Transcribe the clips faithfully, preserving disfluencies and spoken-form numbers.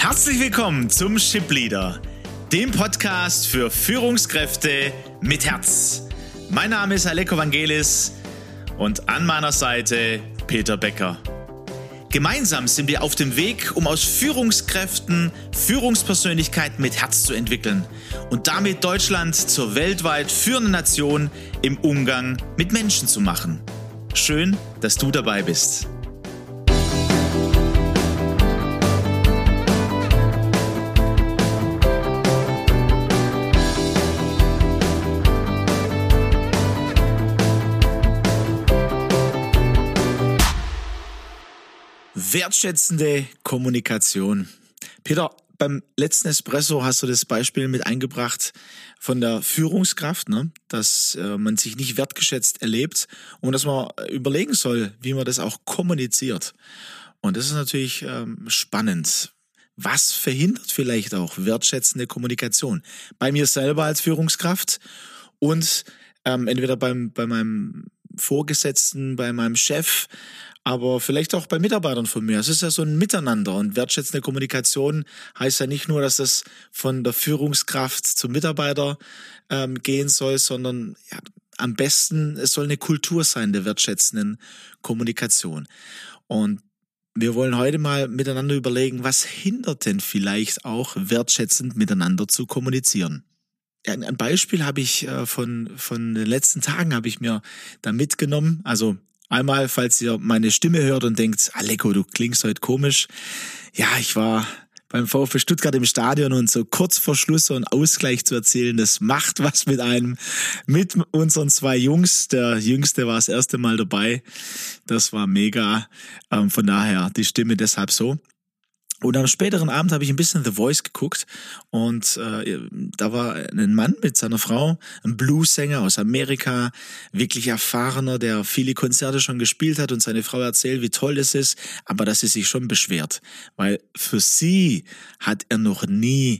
Herzlich willkommen zum Ship Leader, dem Podcast für Führungskräfte mit Herz. Mein Name ist Aleko Vangelis und an meiner Seite Peter Becker. Gemeinsam sind wir auf dem Weg, um aus Führungskräften Führungspersönlichkeiten mit Herz zu entwickeln und damit Deutschland zur weltweit führenden Nation im Umgang mit Menschen zu machen. Schön, dass du dabei bist. Wertschätzende Kommunikation. Peter, beim letzten Espresso hast du das Beispiel mit eingebracht von der Führungskraft, ne? Dass äh, man sich nicht wertgeschätzt erlebt und dass man überlegen soll, wie man das auch kommuniziert. Und das ist natürlich ähm, spannend. Was verhindert vielleicht auch wertschätzende Kommunikation? Bei mir selber als Führungskraft und ähm, entweder beim, bei meinem Vorgesetzten, bei meinem Chef, aber vielleicht auch bei Mitarbeitern von mir. Es ist ja so ein Miteinander und wertschätzende Kommunikation heißt ja nicht nur, dass das von der Führungskraft zum Mitarbeiter ähm, gehen soll, sondern ja, am besten, es soll eine Kultur sein der wertschätzenden Kommunikation. Und wir wollen heute mal miteinander überlegen, was hindert denn vielleicht auch wertschätzend miteinander zu kommunizieren. Ein Beispiel habe ich äh, von, von den letzten Tagen habe ich mir da mitgenommen, also einmal, falls ihr meine Stimme hört und denkt, Aleko, du klingst heute komisch. Ja, ich war beim VfB Stuttgart im Stadion und so kurz vor Schluss so einen Ausgleich zu erzielen, das macht was mit einem, mit unseren zwei Jungs. Der Jüngste war das erste Mal dabei. Das war mega. Ähm, von daher die Stimme deshalb so. Und am späteren Abend habe ich ein bisschen The Voice geguckt und äh, da war ein Mann mit seiner Frau, ein Blues-Sänger aus Amerika, wirklich erfahrener, der viele Konzerte schon gespielt hat und seine Frau erzählt, wie toll das ist, aber dass sie sich schon beschwert, weil für sie hat er noch nie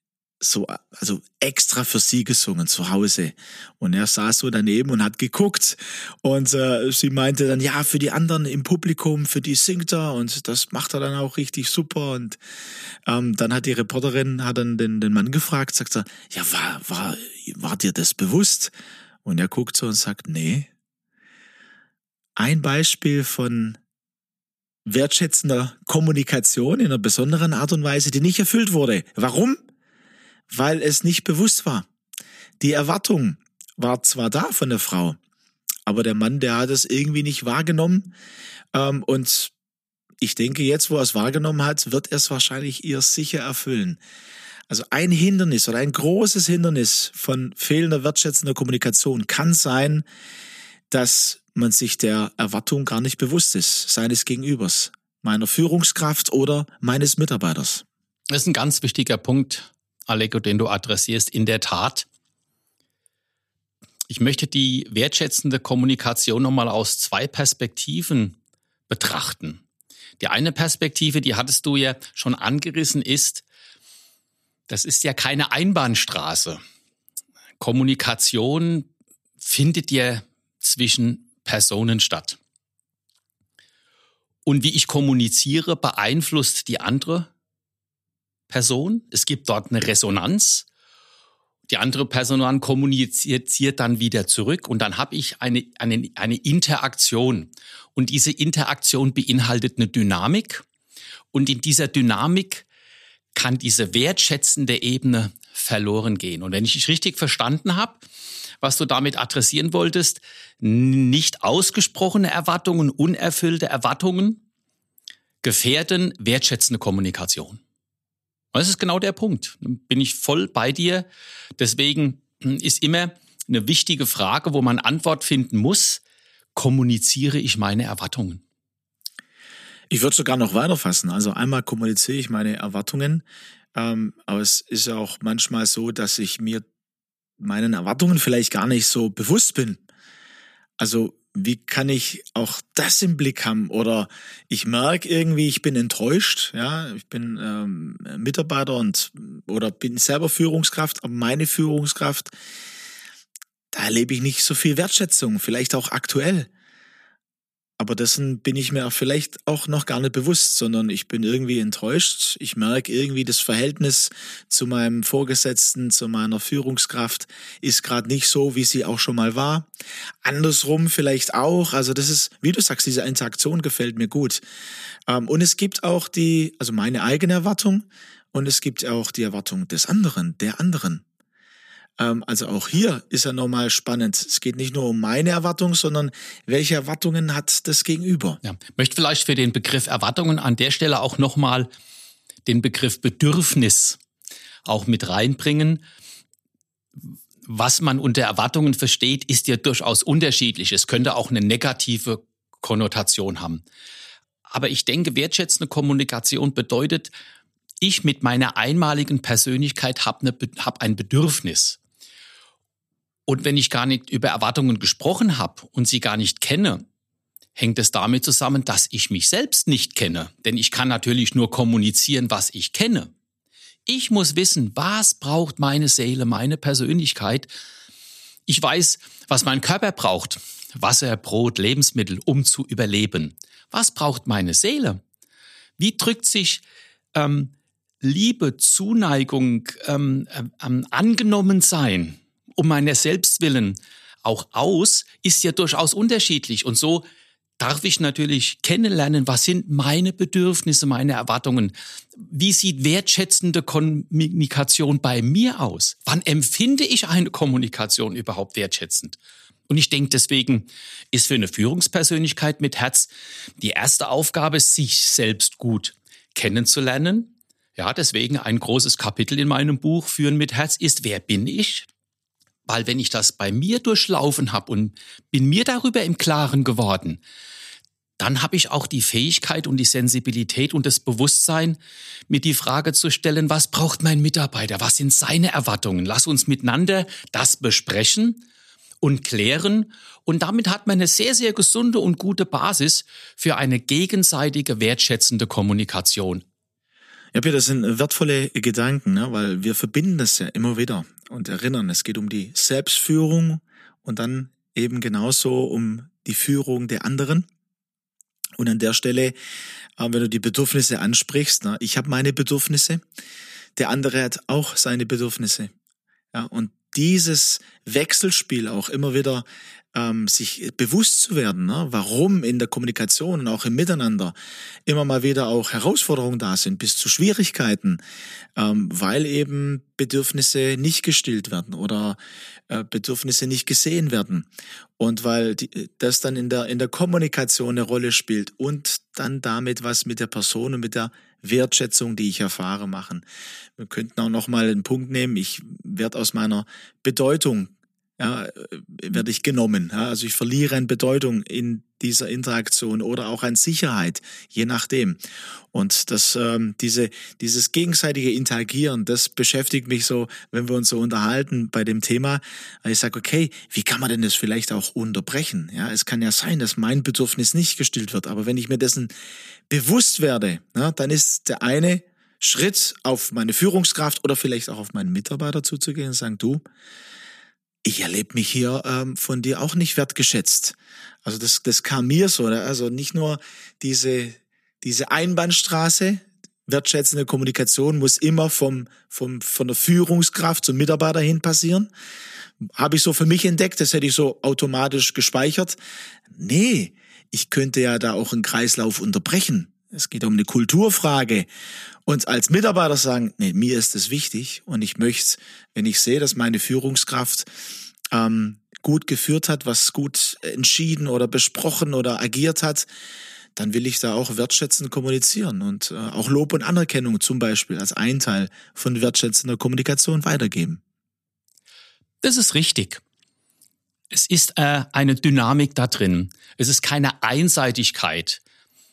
so, also extra für sie gesungen zu Hause. Und er saß so daneben und hat geguckt. Und äh, sie meinte dann, ja, für die anderen im Publikum, für die singt er und das macht er dann auch richtig super. Und ähm, dann hat die Reporterin, hat dann den, den Mann gefragt, sagt er, ja, war, war, war dir das bewusst? Und er guckt so und sagt, nee. Ein Beispiel von wertschätzender Kommunikation in einer besonderen Art und Weise, die nicht erfüllt wurde. Warum? Weil es nicht bewusst war. Die Erwartung war zwar da von der Frau, aber der Mann, der hat es irgendwie nicht wahrgenommen. Ähm, und ich denke, jetzt, wo er es wahrgenommen hat, wird er es wahrscheinlich ihr sicher erfüllen. Also ein Hindernis oder ein großes Hindernis von fehlender wertschätzender Kommunikation kann sein, dass man sich der Erwartung gar nicht bewusst ist, seines Gegenübers, meiner Führungskraft oder meines Mitarbeiters. Das ist ein ganz wichtiger Punkt, Aleko, den du adressierst, in der Tat. Ich möchte die wertschätzende Kommunikation nochmal aus zwei Perspektiven betrachten. Die eine Perspektive, die hattest du ja schon angerissen, ist, das ist ja keine Einbahnstraße. Kommunikation findet ja zwischen Personen statt. Und wie ich kommuniziere, beeinflusst die andere Person. Es gibt dort eine Resonanz. Die andere Person kommuniziert dann wieder zurück und dann habe ich eine, eine, eine Interaktion. Und diese Interaktion beinhaltet eine Dynamik. Und in dieser Dynamik kann diese wertschätzende Ebene verloren gehen. Und wenn ich dich richtig verstanden habe, was du damit adressieren wolltest, nicht ausgesprochene Erwartungen, unerfüllte Erwartungen gefährden wertschätzende Kommunikation. Das ist genau der Punkt. Bin ich voll bei dir. Deswegen ist immer eine wichtige Frage, wo man Antwort finden muss: Kommuniziere ich meine Erwartungen? Ich würde sogar noch weiter fassen. Also einmal kommuniziere ich meine Erwartungen, ähm, aber es ist ja auch manchmal so, dass ich mir meinen Erwartungen vielleicht gar nicht so bewusst bin. Also wie kann ich auch das im Blick haben? Oder ich merke irgendwie, ich bin enttäuscht, ja, ich bin ähm, Mitarbeiter und oder bin selber Führungskraft, aber meine Führungskraft, da erlebe ich nicht so viel Wertschätzung, vielleicht auch aktuell. Aber dessen bin ich mir vielleicht auch noch gar nicht bewusst, sondern ich bin irgendwie enttäuscht. Ich merke irgendwie, das Verhältnis zu meinem Vorgesetzten, zu meiner Führungskraft ist gerade nicht so, wie sie auch schon mal war. Andersrum vielleicht auch. Also das ist, wie du sagst, diese Interaktion gefällt mir gut. Und es gibt auch die, also meine eigene Erwartung und es gibt auch die Erwartung des anderen, der anderen. Also auch hier ist ja nochmal spannend. Es geht nicht nur um meine Erwartung, sondern welche Erwartungen hat das Gegenüber? Ja, ich möchte vielleicht für den Begriff Erwartungen an der Stelle auch nochmal den Begriff Bedürfnis auch mit reinbringen. Was man unter Erwartungen versteht, ist ja durchaus unterschiedlich. Es könnte auch eine negative Konnotation haben. Aber ich denke, wertschätzende Kommunikation bedeutet, ich mit meiner einmaligen Persönlichkeit habe eine, hab ein Bedürfnis. Und wenn ich gar nicht über Erwartungen gesprochen habe und sie gar nicht kenne, hängt es damit zusammen, dass ich mich selbst nicht kenne. Denn ich kann natürlich nur kommunizieren, was ich kenne. Ich muss wissen, was braucht meine Seele, meine Persönlichkeit. Ich weiß, was mein Körper braucht. Wasser, Brot, Lebensmittel, um zu überleben. Was braucht meine Seele? Wie drückt sich ähm, Liebe, Zuneigung, ähm, ähm, Angenommensein um meiner selbst willen auch aus, ist ja durchaus unterschiedlich. Und so darf ich natürlich kennenlernen, was sind meine Bedürfnisse, meine Erwartungen. Wie sieht wertschätzende Kommunikation bei mir aus? Wann empfinde ich eine Kommunikation überhaupt wertschätzend? Und ich denke, deswegen ist für eine Führungspersönlichkeit mit Herz die erste Aufgabe, sich selbst gut kennenzulernen. Ja, deswegen ein großes Kapitel in meinem Buch Führen mit Herz ist, wer bin ich? Weil wenn ich das bei mir durchlaufen habe und bin mir darüber im Klaren geworden, dann habe ich auch die Fähigkeit und die Sensibilität und das Bewusstsein, mir die Frage zu stellen, was braucht mein Mitarbeiter? Was sind seine Erwartungen? Lass uns miteinander das besprechen und klären. Und damit hat man eine sehr, sehr gesunde und gute Basis für eine gegenseitige wertschätzende Kommunikation. Ja, Peter, das sind wertvolle Gedanken, ne? Weil wir verbinden das ja immer wieder und erinnern, es geht um die Selbstführung und dann eben genauso um die Führung der anderen. Und an der Stelle, wenn du die Bedürfnisse ansprichst, ne? Ich habe meine Bedürfnisse, der andere hat auch seine Bedürfnisse. Ja, und dieses Wechselspiel auch immer wieder ähm, sich bewusst zu werden, ne? Warum in der Kommunikation und auch im Miteinander immer mal wieder auch Herausforderungen da sind, bis zu Schwierigkeiten, ähm, weil eben Bedürfnisse nicht gestillt werden oder äh, Bedürfnisse nicht gesehen werden. Und weil die, das dann in der, in der Kommunikation eine Rolle spielt und dann damit was mit der Person und mit der Wertschätzung, die ich erfahre, machen. Wir könnten auch nochmal einen Punkt nehmen. Ich werde aus meiner Bedeutung, ja, werde ich genommen. Ja, also ich verliere an Bedeutung in dieser Interaktion oder auch an Sicherheit, je nachdem. Und das, ähm, diese, dieses gegenseitige Interagieren, das beschäftigt mich so, wenn wir uns so unterhalten bei dem Thema. Ich sage, okay, wie kann man denn das vielleicht auch unterbrechen? Ja, es kann ja sein, dass mein Bedürfnis nicht gestillt wird, aber wenn ich mir dessen bewusst werde, ja, dann ist der eine Schritt auf meine Führungskraft oder vielleicht auch auf meinen Mitarbeiter zuzugehen und sagen, du, ich erlebe mich hier ähm, von dir auch nicht wertgeschätzt. Also das, das kam mir so, ne? Also nicht nur diese, diese Einbahnstraße, wertschätzende Kommunikation muss immer vom, vom, von der Führungskraft zum Mitarbeiter hin passieren. Habe ich so für mich entdeckt, das hätte ich so automatisch gespeichert. Nee, ich könnte ja da auch einen Kreislauf unterbrechen. Es geht um eine Kulturfrage. Und als Mitarbeiter sagen, nee, mir ist das wichtig und ich möchte, wenn ich sehe, dass meine Führungskraft ähm, gut geführt hat, was gut entschieden oder besprochen oder agiert hat, dann will ich da auch wertschätzend kommunizieren und äh, auch Lob und Anerkennung zum Beispiel als ein Teil von wertschätzender Kommunikation weitergeben. Das ist richtig. Es ist äh, eine Dynamik da drin. Es ist keine Einseitigkeit.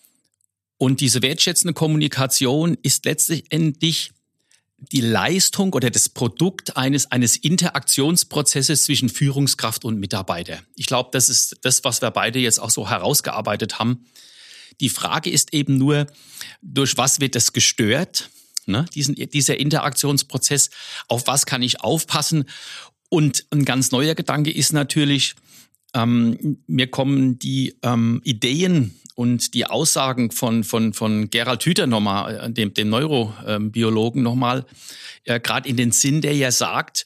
Und diese wertschätzende Kommunikation ist letztendlich die Leistung oder das Produkt eines, eines Interaktionsprozesses zwischen Führungskraft und Mitarbeiter. Ich glaube, das ist das, was wir beide jetzt auch so herausgearbeitet haben. Die Frage ist eben nur, durch was wird das gestört, ne? Diesen, dieser Interaktionsprozess, auf was kann ich aufpassen? Und ein ganz neuer Gedanke ist natürlich, ähm, mir kommen die ähm, Ideen und die Aussagen von von von Gerald Hüther nochmal, dem dem Neurobiologen nochmal, äh, gerade in den Sinn, der ja sagt,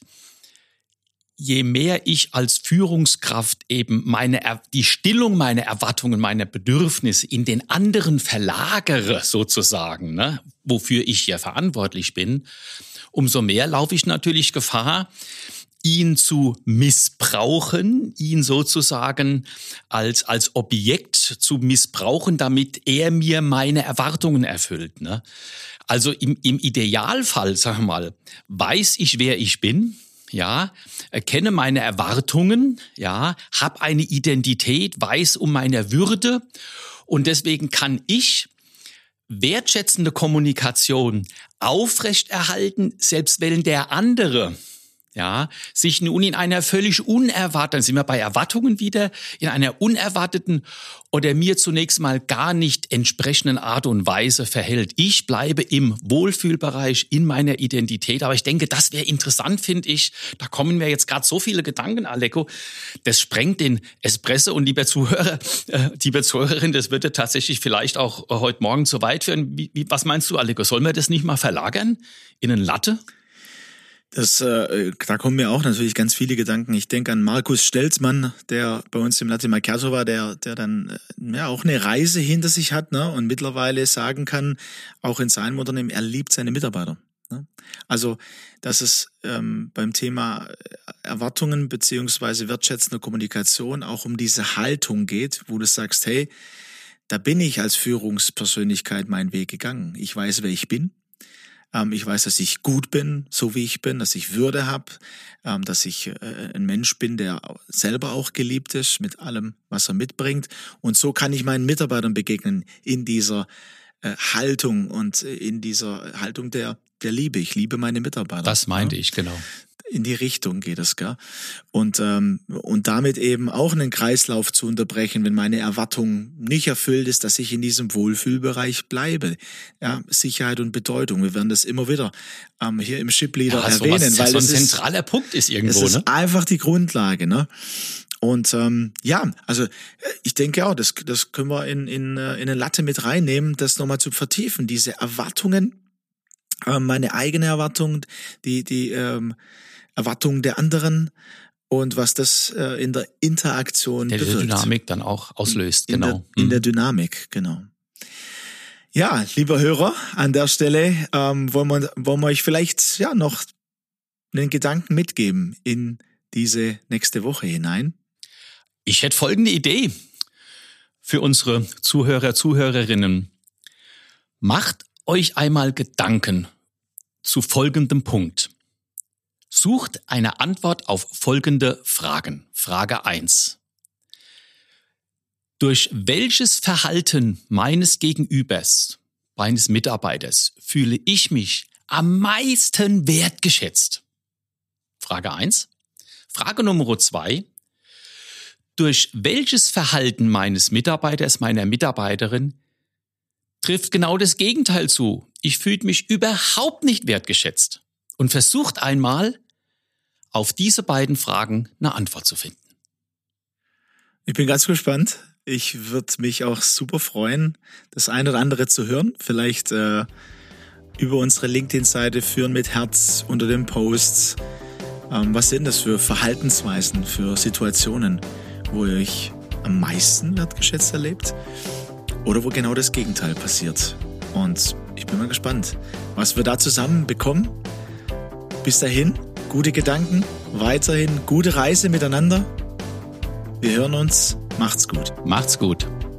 je mehr ich als Führungskraft eben meine die Stillung meiner Erwartungen, meiner Bedürfnisse in den anderen verlagere sozusagen, ne, wofür ich ja verantwortlich bin, umso mehr laufe ich natürlich Gefahr, ihn zu missbrauchen, ihn sozusagen als als Objekt zu missbrauchen, damit er mir meine Erwartungen erfüllt. Ne? Also im, im Idealfall, sag mal, weiß ich, wer ich bin, ja, erkenne meine Erwartungen, ja, habe eine Identität, weiß um meine Würde und deswegen kann ich wertschätzende Kommunikation aufrechterhalten, selbst wenn der andere ja, sich nun in einer völlig unerwarteten, sind wir bei Erwartungen wieder, in einer unerwarteten oder mir zunächst mal gar nicht entsprechenden Art und Weise verhält. Ich bleibe im Wohlfühlbereich, in meiner Identität, aber ich denke, das wäre interessant, finde ich. Da kommen mir jetzt gerade so viele Gedanken, Aleko. Das sprengt den Espresso und lieber Zuhörer, äh, liebe Zuhörerin, das würde tatsächlich vielleicht auch äh, heute Morgen zu weit führen. Wie, wie, was meinst du, Aleko? Sollen wir das nicht mal verlagern in eine Latte? Das, äh, da kommen mir auch natürlich ganz viele Gedanken. Ich denke an Markus Stelzmann, der bei uns im Latte Macchiato war, der, der dann äh, ja auch eine Reise hinter sich hat, ne, und mittlerweile sagen kann, auch in seinem Unternehmen, er liebt seine Mitarbeiter. Ne? Also, dass es ähm, beim Thema Erwartungen beziehungsweise wertschätzender Kommunikation auch um diese Haltung geht, wo du sagst, hey, da bin ich als Führungspersönlichkeit meinen Weg gegangen. Ich weiß, wer ich bin. Ich weiß, dass ich gut bin, so wie ich bin, dass ich Würde habe, dass ich ein Mensch bin, der selber auch geliebt ist mit allem, was er mitbringt. Und so kann ich meinen Mitarbeitern begegnen in dieser Haltung und in dieser Haltung der, der Liebe. Ich liebe meine Mitarbeiter. Das meinte ja? ich, genau. In die Richtung geht es, gell? Und, ähm, und damit eben auch einen Kreislauf zu unterbrechen, wenn meine Erwartung nicht erfüllt ist, dass ich in diesem Wohlfühlbereich bleibe. Ja, Sicherheit und Bedeutung. Wir werden das immer wieder ähm, hier im Shipleader ja, erwähnen. Sowas, weil so ein zentraler ist, Punkt ist irgendwo. Das ist ne? einfach die Grundlage, ne? Und ähm, ja, also ich denke auch, das, das können wir in, in, in eine Latte mit reinnehmen, das nochmal zu vertiefen. Diese Erwartungen, äh, meine eigene Erwartung, die, die, ähm, Erwartungen der anderen und was das äh, in der Interaktion der bewirkt. Die Dynamik dann auch auslöst, in genau. Der, in mhm. der Dynamik, genau. Ja, lieber Hörer, an der Stelle ähm, wollen wir, wollen wir euch vielleicht ja noch einen Gedanken mitgeben in diese nächste Woche hinein. Ich hätte folgende Idee für unsere Zuhörer, Zuhörerinnen. Macht euch einmal Gedanken zu folgendem Punkt. Sucht eine Antwort auf folgende Fragen. Frage eins. Durch welches Verhalten meines Gegenübers, meines Mitarbeiters, fühle ich mich am meisten wertgeschätzt? Frage eins. Frage Nummer zwei. Durch welches Verhalten meines Mitarbeiters, meiner Mitarbeiterin trifft genau das Gegenteil zu? Ich fühle mich überhaupt nicht wertgeschätzt. Und versucht einmal, auf diese beiden Fragen eine Antwort zu finden. Ich bin ganz gespannt. Ich würde mich auch super freuen, das eine oder andere zu hören. Vielleicht äh, über unsere LinkedIn-Seite Führen mit Herz unter dem Post. Ähm, was sind das für Verhaltensweisen, für Situationen, wo ihr euch am meisten wertgeschätzt erlebt? Oder wo genau das Gegenteil passiert? Und ich bin mal gespannt, was wir da zusammen bekommen. Bis dahin, gute Gedanken, weiterhin gute Reise miteinander. Wir hören uns. Macht's gut. Macht's gut.